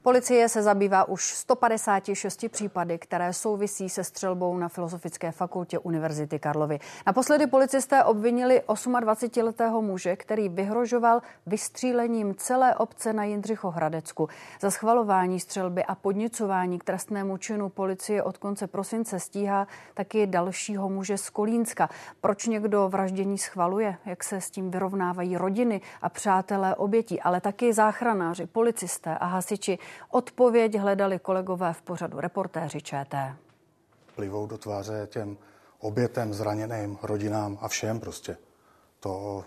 Policie se zabývá už 156 případy, které souvisí se střelbou na Filozofické fakultě Univerzity Karlovy. Naposledy policisté obvinili 28letého muže, který vyhrožoval vystřílením celé obce na Jindřichohradecku. Za schvalování střelby a podněcování k trestnému činu policie od konce prosince stíhá taky dalšího muže z Kolínska. Proč někdo vraždění schvaluje? Jak se s tím vyrovnávají rodiny a přátelé obětí, ale taky záchranáři, policisté a hasiči? Odpověď hledali kolegové v pořadu Reportéři ČT. Plivou do tváře těm obětem, zraněným, rodinám a všem prostě. To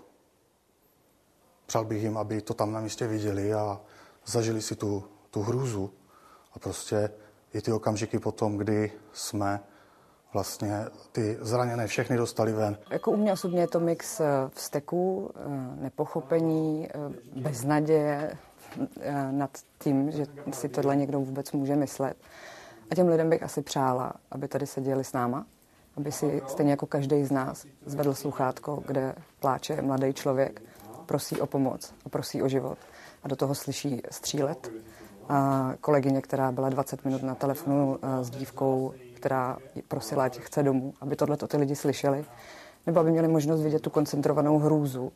přál bych jim, aby to tam na místě viděli a zažili si tu hrůzu. A prostě i ty okamžiky potom, kdy jsme vlastně ty zraněné všechny dostali ven. Jako u mě osobně je to mix vzteků, nepochopení, beznaděje nad tím, že si tohle někdo vůbec může myslet. A těm lidem bych asi přála, aby tady seděli s náma, aby si stejně jako každý z nás zvedl sluchátko, kde pláče mladý člověk, prosí o pomoc a prosí o život. A do toho slyší střílet. A kolegyně, která byla 20 minut na telefonu s dívkou, která prosila, ať chce domů, aby tohleto ty lidi slyšeli, nebo aby měli možnost vidět tu koncentrovanou hrůzu.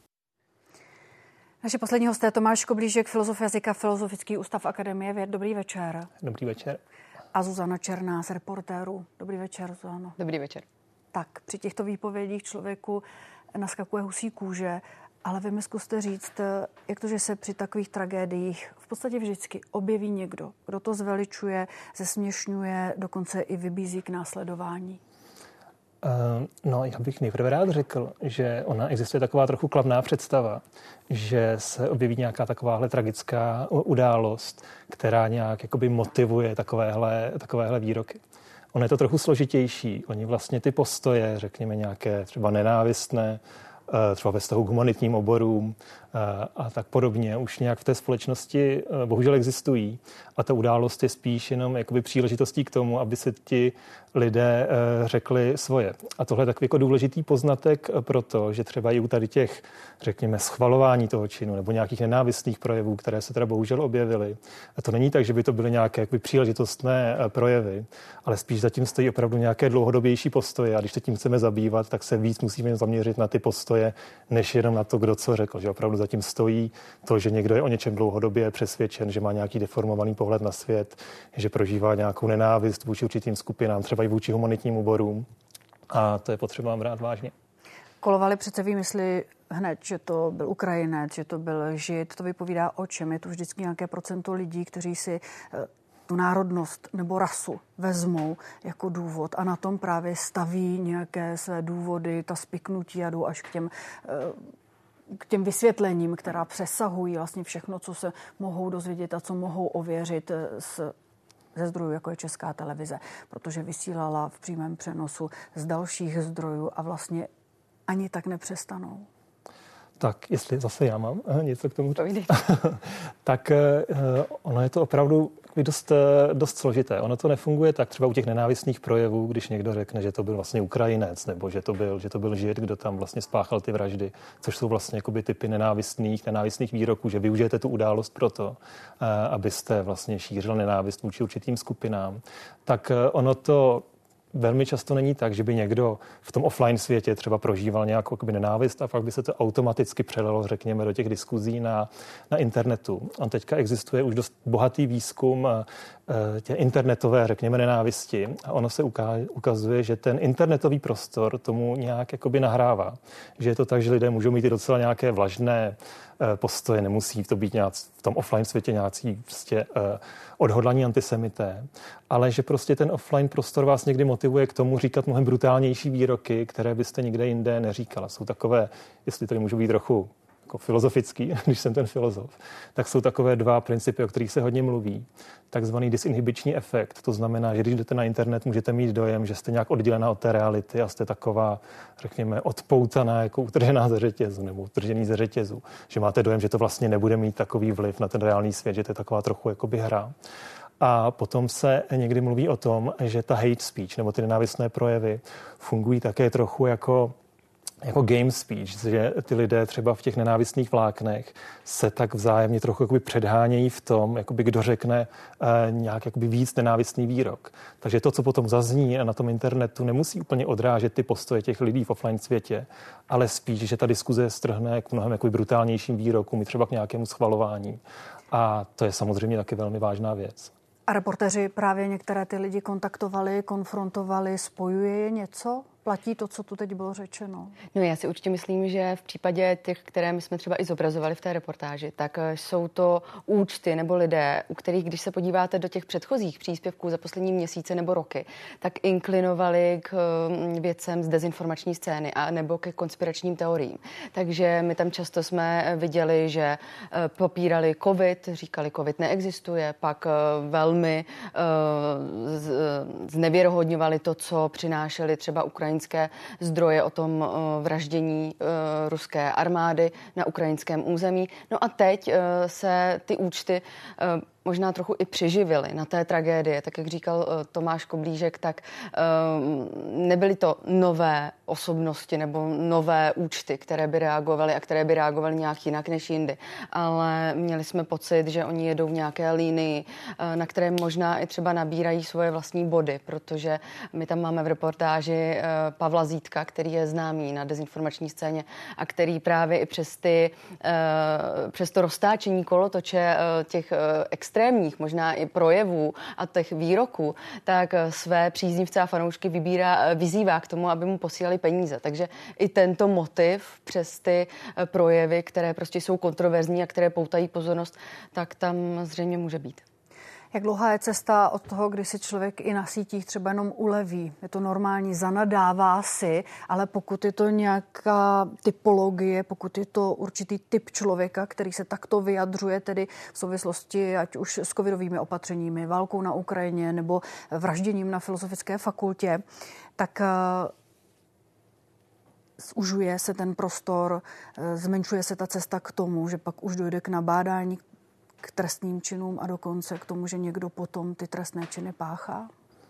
Naše poslední hosté Tomáš Koblížek, filozof jazyka, Filozofický ústav Akademie věd. Dobrý večer. Dobrý večer. A Zuzana Černá z Reportérů. Dobrý večer, Zuzano. Dobrý večer. Tak, při těchto výpovědích člověku naskakuje husí kůže, ale vy mi zkuste říct, jak to, že se při takových tragédiích v podstatě vždycky objeví někdo, kdo to zveličuje, zesměšňuje, dokonce i vybízí k následování. No, já bych nejprve rád řekl, že ona existuje taková trochu klamná představa, že se objeví nějaká takováhle tragická událost, která nějak jakoby motivuje takovéhle výroky. Ono je to trochu složitější. Oni vlastně ty postoje, řekněme nějaké třeba nenávistné, třeba ve vztahu k humanitním oborům a tak podobně, už nějak v té společnosti bohužel existují. A ta událost je spíš jenom jakoby příležitostí k tomu, aby si ti lidé řekli svoje. A tohle je takový jako důležitý poznatek pro to, že třeba i u tady těch, řekněme, schvalování toho činu nebo nějakých nenávistných projevů, které se teda bohužel objevily. A to není tak, že by to byly nějaké jakoby příležitostné projevy, ale spíš zatím stojí opravdu nějaké dlouhodobější postoje. A když se tím chceme zabývat, tak se víc musíme zaměřit na ty postoje, než jenom na to, kdo co řekl. Že opravdu zatím stojí to, že někdo je o něčem dlouhodobě přesvědčen, že má nějaký deformovaný pohled na svět, že prožívá nějakou nenávist vůči určitým skupinám, třeba i vůči humanitním oborům. A to je potřeba brát vážně. Kolovaly přece výmysly hned, že to byl Ukrajinec, že to byl Žid. To vypovídá o čem? Je tu vždycky nějaké procento lidí, kteří si tu národnost nebo rasu vezmou jako důvod a na tom právě staví nějaké své důvody, ta spiknutí a jdou až k těm vysvětlením, která přesahují vlastně všechno, co se mohou dozvědět a co mohou ověřit ze zdrojů, jako je Česká televize, protože vysílala v přímém přenosu z dalších zdrojů a vlastně ani tak nepřestanou. Tak, jestli zase já mám něco k tomu říct, tak ono je to opravdu dost složité. Ono to nefunguje tak třeba u těch nenávistných projevů, když někdo řekne, že to byl vlastně Ukrajinec nebo že to byl Žid, kdo tam vlastně spáchal ty vraždy, což jsou vlastně jakoby typy nenávistných výroků, že využijete tu událost proto, abyste vlastně šířil nenávist vůči určitým skupinám. Tak ono to velmi často není tak, že by někdo v tom offline světě třeba prožíval nějakou nenávist a pak by se to automaticky přelilo, řekněme, do těch diskuzí na internetu. A teďka existuje už dost bohatý výzkum tě internetové, řekněme, nenávisti. A ono se ukazuje, že ten internetový prostor tomu nějak jakoby nahrává. Že je to tak, že lidé můžou mít i docela nějaké vlažné postoje, nemusí to být v tom offline světě nějací prostě odhodlaní antisemité, ale že prostě ten offline prostor vás někdy motivuje k tomu říkat mnohem brutálnější výroky, které byste nikde jinde neříkala. Jsou takové, jestli tady můžu být trochu jako filozofický, když jsem ten filozof, tak jsou takové dva principy, o kterých se hodně mluví. Takzvaný disinhibiční efekt. To znamená, že když jdete na internet, můžete mít dojem, že jste nějak oddělená od té reality a jste taková, řekněme, odpoutaná, jako utržená ze řetězu nebo utržený ze řetězu. Že máte dojem, že to vlastně nebude mít takový vliv na ten reálný svět, že to je taková trochu jakoby hra. A potom se někdy mluví o tom, že ta hate speech nebo ty nenávistné projevy fungují také trochu jako jako game speech, že ty lidé třeba v těch nenávistných vláknech se tak vzájemně trochu jakoby předhánějí v tom, jakoby kdo řekne nějak jakoby víc nenávistný výrok. Takže to, co potom zazní na tom internetu, nemusí úplně odrážet ty postoje těch lidí v offline světě, ale spíš, že ta diskuze strhne k mnohem jakoby brutálnějším výrokům, i třeba k nějakému schvalování. A to je samozřejmě taky velmi vážná věc. A reportéři právě některé ty lidi kontaktovali, konfrontovali, spojuje je něco? Platí to, co tu teď bylo řečeno? No, já si určitě myslím, že v případě těch, které my jsme třeba i zobrazovali v té reportáži, tak jsou to účty nebo lidé, u kterých, když se podíváte do těch předchozích příspěvků za poslední měsíce nebo roky, tak inklinovali k věcem z dezinformační scény a nebo ke konspiračním teoriím. Takže my tam často jsme viděli, že popírali covid, říkali, covid neexistuje, pak velmi znevěrohodňovali to, co přinášeli třeba ukrajinské zdroje o tom vraždění ruské armády na ukrajinském území. No a teď se ty účty možná trochu i přiživili na té tragédii. Tak jak říkal Tomáš Koblížek, tak nebyly to nové osobnosti nebo nové účty, které by reagovaly a které by reagovaly nějak jinak než jindy. Ale měli jsme pocit, že oni jedou v nějaké línii, na které možná i třeba nabírají svoje vlastní body, protože my tam máme v reportáži Pavla Zítka, který je známý na dezinformační scéně a který právě i přes to roztáčení kolotoče těch extrémních možná i projevů a těch výroků, tak své příznivce a fanoušky vyzývá k tomu, aby mu posílali peníze. Takže i tento motiv přes ty projevy, které prostě jsou kontroverzní a které poutají pozornost, tak tam zřejmě může být. Jak dlouhá je cesta od toho, kdy si člověk i na sítích třeba jenom uleví? Je to normální, zanadává si, ale pokud je to nějaká typologie, pokud je to určitý typ člověka, který se takto vyjadřuje, tedy v souvislosti ať už s covidovými opatřeními, válkou na Ukrajině nebo vražděním na Filozofické fakultě, tak zužuje se ten prostor, zmenšuje se ta cesta k tomu, že pak už dojde k nabádání k trestným činům a dokonce k tomu, že někdo potom ty trestné činy páchá?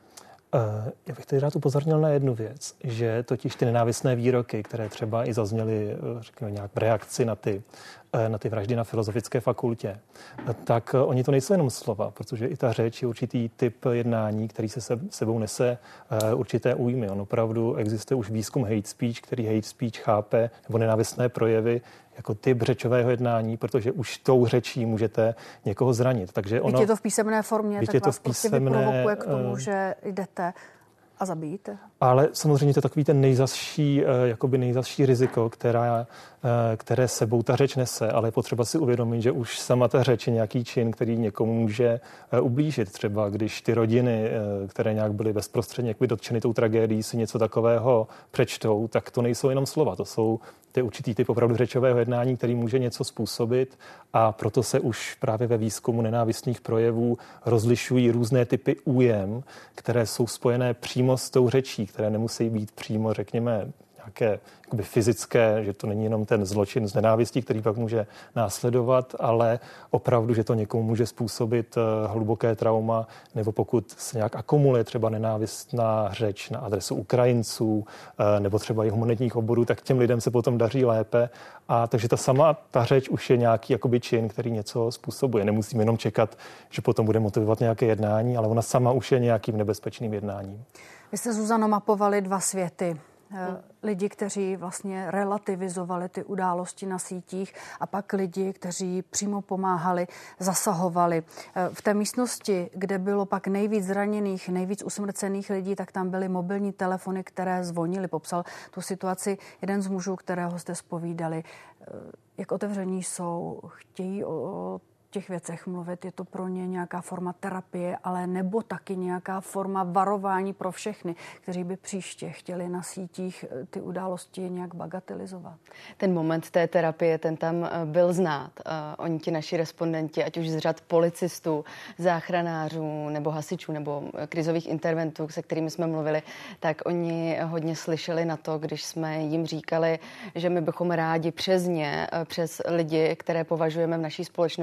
Já bych tady rád upozornil na jednu věc, že totiž ty nenávistné výroky, které třeba i zazněly, řekněme, nějak v reakci na ty vraždy na Filozofické fakultě, tak oni to nejsou jenom slova, protože i ta řeč je určitý typ jednání, který se sebou nese určité újmy. On opravdu existuje už výzkum hate speech, který hate speech chápe, nebo nenávistné projevy jako typ řečového jednání, protože už tou řečí můžete někoho zranit. Takže ono, je to v písemné formě, tak vás prostě vyprovokuje k tomu, že jdete a zabijíte. Ale samozřejmě to je takový ten nejzazší riziko, které sebou ta řeč nese, ale je potřeba si uvědomit, že už sama ta řeč je nějaký čin, který někomu může ublížit. Třeba když ty rodiny, které nějak byly bezprostředně dotčeny tou tragédií, si něco takového přečtou, tak to nejsou jenom slova, to jsou ty určitý typ opravdu řečového jednání, který může něco způsobit, a proto se už právě ve výzkumu nenávistných projevů rozlišují různé typy újem, které jsou spojené přímo s tou řečí, které nemusí být přímo, řekněme, nějaké jakoby fyzické, že to není jenom ten zločin z nenávistí, který pak může následovat, ale opravdu, že to někomu může způsobit hluboké trauma, nebo pokud se nějak akumuluje třeba nenávistná řeč na adresu Ukrajinců nebo třeba i humanitních oborů, tak těm lidem se potom daří lépe. A takže ta řeč už je nějaký jakoby čin, který něco způsobuje. Nemusíme jenom čekat, že potom bude motivovat nějaké jednání, ale ona sama už je nějakým nebezpečným jednáním. Vy jste, Zuzano, mapovali dva světy. Lidi, kteří vlastně relativizovali ty události na sítích, a pak lidi, kteří přímo pomáhali, zasahovali. V té místnosti, kde bylo pak nejvíc zraněných, nejvíc usmrcených lidí, tak tam byly mobilní telefony, které zvonily. Popsal tu situaci jeden z mužů, kterého jste zpovídali. Jak otevření jsou, chtějí o těch věcech mluvit, je to pro ně nějaká forma terapie, ale nebo taky nějaká forma varování pro všechny, kteří by příště chtěli na sítích ty události nějak bagatelizovat. Ten moment té terapie, ten tam byl znát. Oni ti naši respondenti, ať už z řad policistů, záchranářů nebo hasičů nebo krizových interventů, se kterými jsme mluvili, tak oni hodně slyšeli na to, když jsme jim říkali, že my bychom rádi přes lidi, které považujeme v naší společnosti za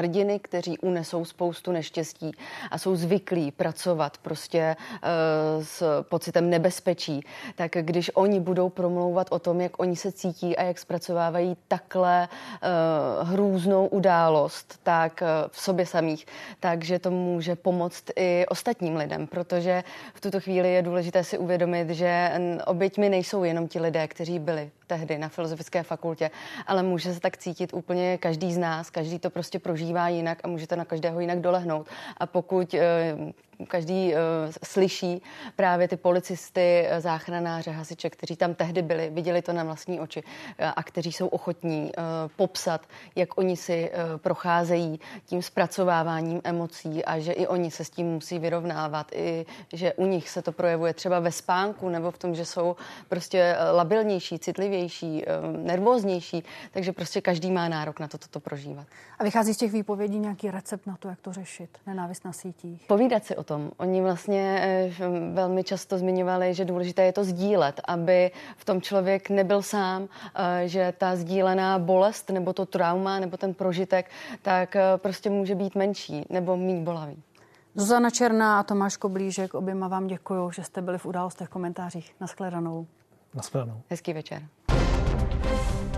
hrdiny, kteří unesou spoustu neštěstí a jsou zvyklí pracovat prostě s pocitem nebezpečí, tak když oni budou promlouvat o tom, jak oni se cítí a jak zpracovávají takhle hrůznou událost, tak v sobě samých, takže to může pomoct i ostatním lidem, protože v tuto chvíli je důležité si uvědomit, že oběťmi nejsou jenom ti lidé, kteří byli tehdy na Filozofické fakultě, ale může se tak cítit úplně každý z nás, každý to prostě prožívá jinak a může to na každého jinak dolehnout. A pokud každý slyší právě ty policisty, záchranáře, hasiče, kteří tam tehdy byli, viděli to na vlastní oči a kteří jsou ochotní popsat, jak oni si procházejí tím zpracováváním emocí a že i oni se s tím musí vyrovnávat, i že u nich se to projevuje třeba ve spánku nebo v tom, že jsou prostě labilnější, citlivější, nervóznější, takže prostě každý má nárok na to toto prožívat. A vychází z těch výpovědí nějaký recept na to, jak to řešit? Nenávist na sítích? Povídat si o tom. Oni vlastně velmi často zmiňovali, že důležité je to sdílet, aby v tom člověk nebyl sám, že ta sdílená bolest nebo to trauma nebo ten prožitek, tak prostě může být menší nebo méně bolavý. Zuzana Černá a Tomáš Koblížek, oběma vám děkuju, že jste byli v Událostech komentářích. Nashledanou. Nashledanou. Hezký večer.